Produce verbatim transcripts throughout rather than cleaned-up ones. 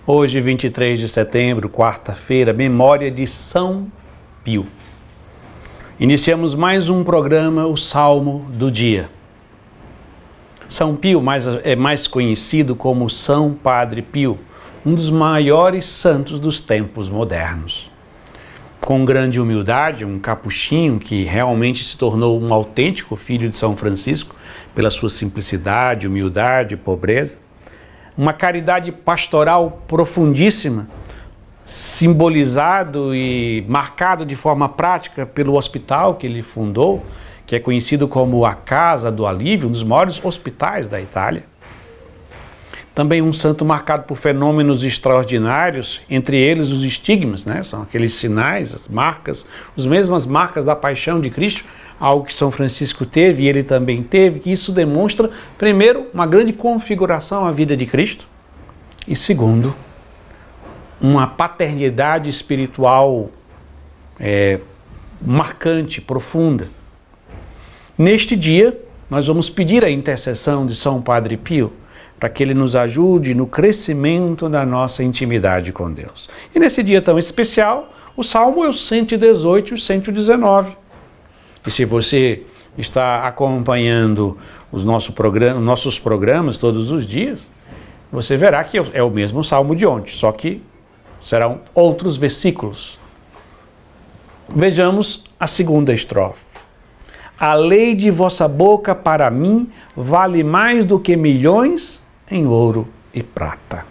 Hoje, vinte e três de setembro, quarta-feira, memória de São Pio. Iniciamos mais um programa, o Salmo do Dia. São Pio mais, é mais conhecido como São Padre Pio, um dos maiores santos dos tempos modernos. Com grande humildade, um capuchinho que realmente se tornou um autêntico filho de São Francisco, pela sua simplicidade, humildade e pobreza. Uma caridade pastoral profundíssima, simbolizado e marcado de forma prática pelo hospital que ele fundou, que é conhecido como a Casa do Alívio, um dos maiores hospitais da Itália. Também um santo marcado por fenômenos extraordinários, entre eles os estigmas, né? São aqueles sinais, as marcas, as mesmas marcas da paixão de Cristo, algo que São Francisco teve e ele também teve, que isso demonstra, primeiro, uma grande configuração à vida de Cristo, e segundo, uma paternidade espiritual é, marcante, profunda. Neste dia, nós vamos pedir a intercessão de São Padre Pio, para que ele nos ajude no crescimento da nossa intimidade com Deus. E nesse dia tão especial, o Salmo é o cento e dezoito e o cento e dezenove. E se você está acompanhando os nosso programa, nossos programas todos os dias, você verá que é o mesmo Salmo de ontem, só que serão outros versículos. Vejamos a segunda estrofe. A lei de vossa boca para mim vale mais do que milhões em ouro e prata.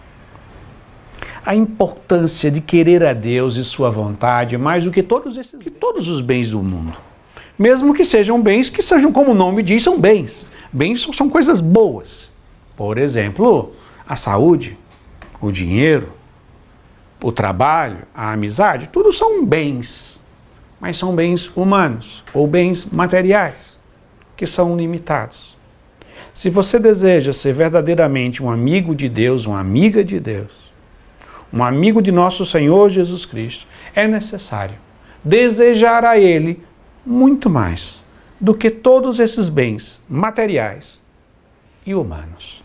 A importância de querer a Deus e sua vontade mais do que todos esses, que todos os bens do mundo. Mesmo que sejam bens que sejam, como o nome diz, são bens. Bens são coisas boas. Por exemplo, a saúde, o dinheiro, o trabalho, a amizade, tudo são bens. Mas são bens humanos ou bens materiais, que são limitados. Se você deseja ser verdadeiramente um amigo de Deus, uma amiga de Deus, um amigo de nosso Senhor Jesus Cristo, é necessário desejar a Ele muito mais do que todos esses bens materiais e humanos.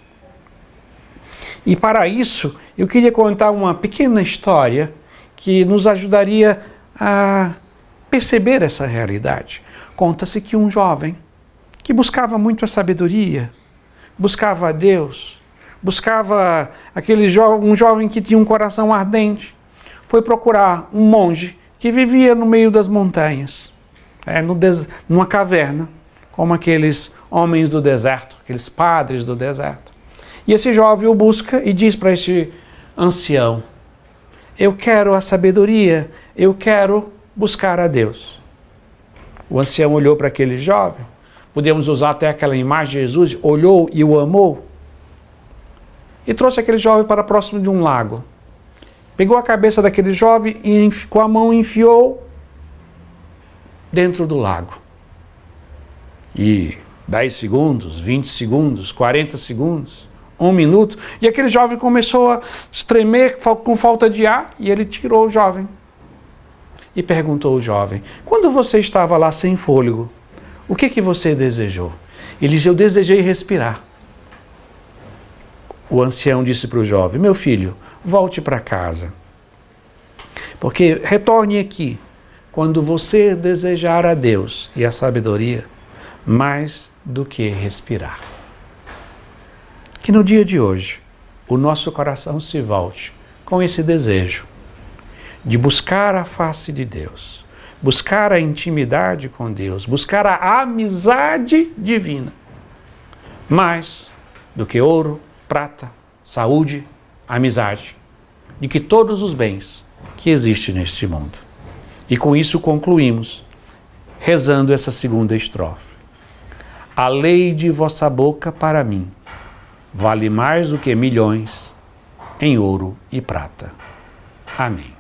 E para isso, eu queria contar uma pequena história que nos ajudaria a perceber essa realidade. Conta-se que um jovem que buscava muito a sabedoria, buscava a Deus, buscava aquele jo um jovem que tinha um coração ardente, foi procurar um monge que vivia no meio das montanhas, é, no numa caverna, como aqueles homens do deserto, aqueles padres do deserto. E esse jovem o busca e diz para esse ancião: eu quero a sabedoria, eu quero buscar a Deus. O ancião olhou para aquele jovem, podemos usar até aquela imagem de Jesus, olhou e o amou, e trouxe aquele jovem para próximo de um lago. Pegou a cabeça daquele jovem e com a mão enfiou dentro do lago. E dez segundos, vinte segundos, quarenta segundos, um minuto, e aquele jovem começou a estremer com falta de ar, e ele tirou o jovem. E perguntou ao jovem: quando você estava lá sem fôlego, o que que você desejou? Ele disse: eu desejei respirar. O ancião disse para o jovem: meu filho, volte para casa, porque retorne aqui quando você desejar a Deus e a sabedoria mais do que respirar. Que no dia de hoje o nosso coração se volte com esse desejo de buscar a face de Deus, buscar a intimidade com Deus, buscar a amizade divina, mais do que ouro, prata, saúde, amizade, de que todos os bens que existem neste mundo. E com isso concluímos, rezando essa segunda estrofe. A lei de vossa boca para mim vale mais do que milhões em ouro e prata. Amém.